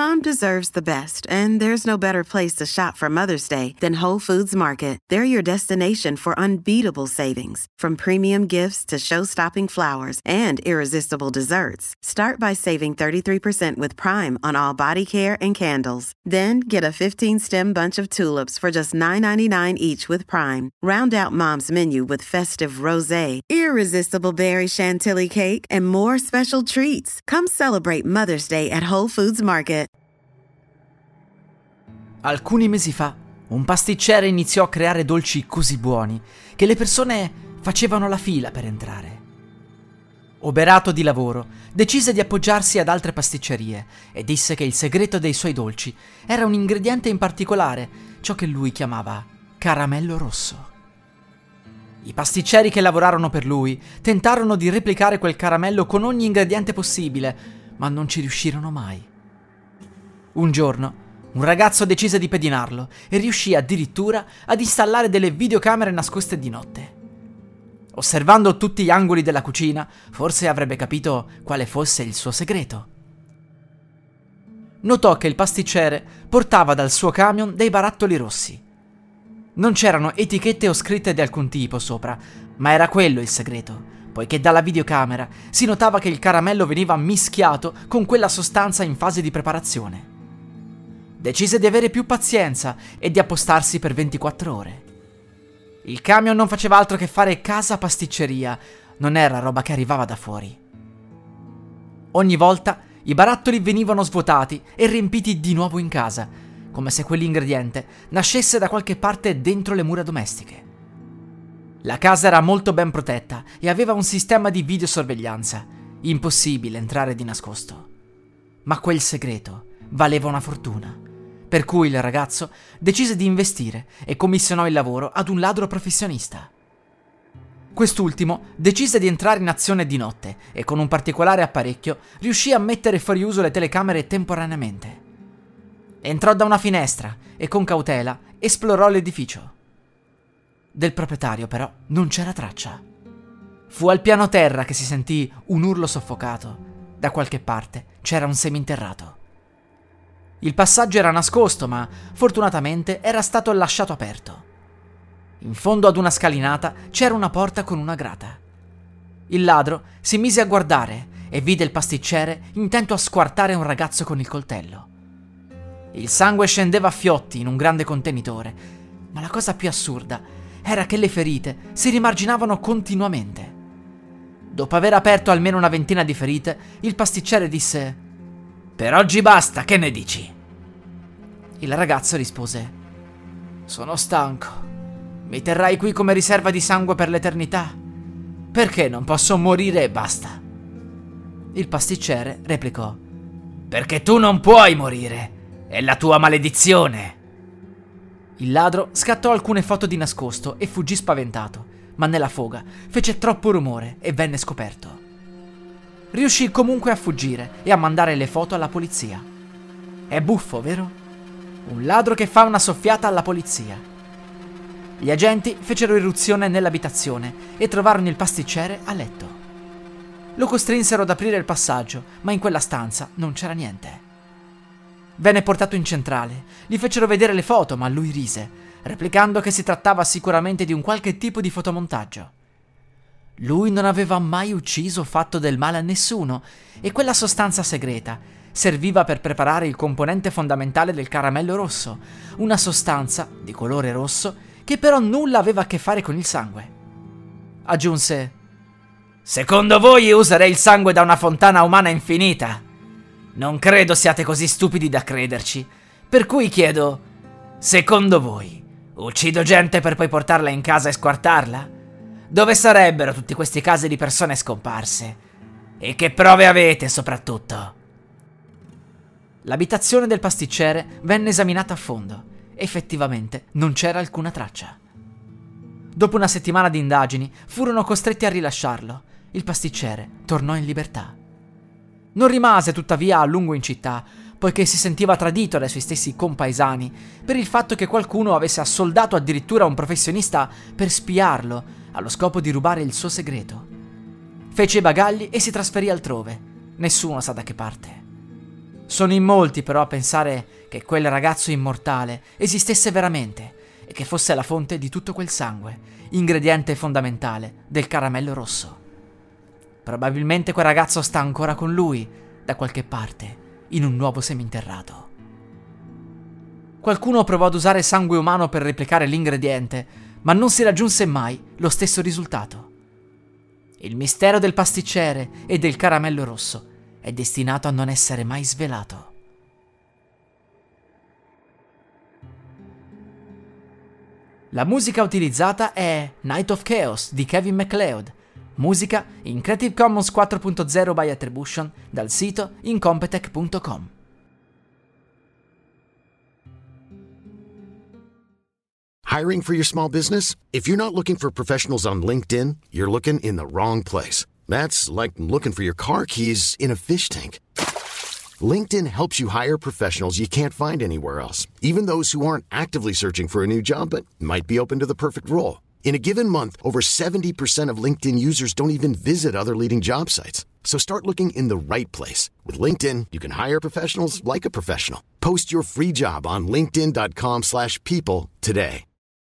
Mom deserves the best, and there's no better place to shop for Mother's Day than Whole Foods Market. They're your destination for unbeatable savings, from premium gifts to show-stopping flowers and irresistible desserts. Start by saving 33% with Prime on all body care and candles. Then get a 15-stem bunch of tulips for just $9.99 each with Prime. Round out Mom's menu with festive rosé, irresistible berry chantilly cake, and more special treats. Come celebrate Mother's Day at Whole Foods Market. Alcuni mesi fa, un pasticcere iniziò a creare dolci così buoni che le persone facevano la fila per entrare. Oberato di lavoro, decise di appoggiarsi ad altre pasticcerie e disse che il segreto dei suoi dolci era un ingrediente in particolare, ciò che lui chiamava caramello rosso. I pasticceri che lavorarono per lui tentarono di replicare quel caramello con ogni ingrediente possibile, ma non ci riuscirono mai. Un giorno, un ragazzo decise di pedinarlo e riuscì addirittura ad installare delle videocamere nascoste di notte. Osservando tutti gli angoli della cucina, forse avrebbe capito quale fosse il suo segreto. Notò che il pasticcere portava dal suo camion dei barattoli rossi. Non c'erano etichette o scritte di alcun tipo sopra, ma era quello il segreto, poiché dalla videocamera si notava che il caramello veniva mischiato con quella sostanza in fase di preparazione. Decise di avere più pazienza e di appostarsi per 24 ore. Il camion non faceva altro che fare casa pasticceria, non era roba che arrivava da fuori. Ogni volta i barattoli venivano svuotati e riempiti di nuovo in casa, come se quell'ingrediente nascesse da qualche parte dentro le mura domestiche. La casa era molto ben protetta e aveva un sistema di videosorveglianza, impossibile entrare di nascosto. Ma quel segreto valeva una fortuna, per cui il ragazzo decise di investire e commissionò il lavoro ad un ladro professionista. Quest'ultimo decise di entrare in azione di notte e con un particolare apparecchio riuscì a mettere fuori uso le telecamere temporaneamente. Entrò da una finestra e con cautela esplorò l'edificio. Del proprietario però non c'era traccia. Fu al piano terra che si sentì un urlo soffocato. Da qualche parte c'era un seminterrato. Il passaggio era nascosto, ma fortunatamente era stato lasciato aperto. In fondo ad una scalinata c'era una porta con una grata. Il ladro si mise a guardare e vide il pasticcere intento a squartare un ragazzo con il coltello. Il sangue scendeva a fiotti in un grande contenitore, ma la cosa più assurda era che le ferite si rimarginavano continuamente. Dopo aver aperto almeno una ventina di ferite, il pasticcere disse: «Per oggi basta, che ne dici?» Il ragazzo rispose: «Sono stanco. Mi terrai qui come riserva di sangue per l'eternità? Perché non posso morire e basta?» Il pasticcere replicò: «Perché tu non puoi morire. È la tua maledizione!» Il ladro scattò alcune foto di nascosto e fuggì spaventato, ma nella foga fece troppo rumore e venne scoperto. Riuscì comunque a fuggire e a mandare le foto alla polizia. È buffo, vero? Un ladro che fa una soffiata alla polizia. Gli agenti fecero irruzione nell'abitazione e trovarono il pasticcere a letto. Lo costrinsero ad aprire il passaggio, ma in quella stanza non c'era niente. Venne portato in centrale, gli fecero vedere le foto, ma lui rise, replicando che si trattava sicuramente di un qualche tipo di fotomontaggio. Lui non aveva mai ucciso o fatto del male a nessuno e quella sostanza segreta serviva per preparare il componente fondamentale del caramello rosso, una sostanza di colore rosso che però nulla aveva a che fare con il sangue. Aggiunse: «Secondo voi userei il sangue da una fontana umana infinita? Non credo siate così stupidi da crederci, per cui chiedo: secondo voi uccido gente per poi portarla in casa e squartarla? Dove sarebbero tutti questi casi di persone scomparse? E che prove avete soprattutto?» L'abitazione del pasticcere venne esaminata a fondo. Effettivamente non c'era alcuna traccia. Dopo una settimana di indagini furono costretti a rilasciarlo. Il pasticcere tornò in libertà. Non rimase tuttavia a lungo in città, poiché si sentiva tradito dai suoi stessi compaesani per il fatto che qualcuno avesse assoldato addirittura un professionista per spiarlo allo scopo di rubare il suo segreto. Fece i bagagli e si trasferì altrove. Nessuno sa da che parte. Sono in molti però a pensare che quel ragazzo immortale esistesse veramente e che fosse la fonte di tutto quel sangue, ingrediente fondamentale del caramello rosso. Probabilmente quel ragazzo sta ancora con lui, da qualche parte, in un nuovo seminterrato. Qualcuno provò ad usare sangue umano per replicare l'ingrediente, ma non si raggiunse mai lo stesso risultato. Il mistero del pasticcere e del caramello rosso è destinato a non essere mai svelato. La musica utilizzata è Night of Chaos di Kevin MacLeod, musica in Creative Commons 4.0 by Attribution dal sito incompetech.com. Hiring for your small business? If you're not looking for professionals on LinkedIn, you're looking in the wrong place. That's like looking for your car keys in a fish tank. LinkedIn helps you hire professionals you can't find anywhere else, even those who aren't actively searching for a new job but might be open to the perfect role. In a given month, over 70% of LinkedIn users don't even visit other leading job sites. So start looking in the right place. With LinkedIn, you can hire professionals like a professional. Post your free job on linkedin.com/people today.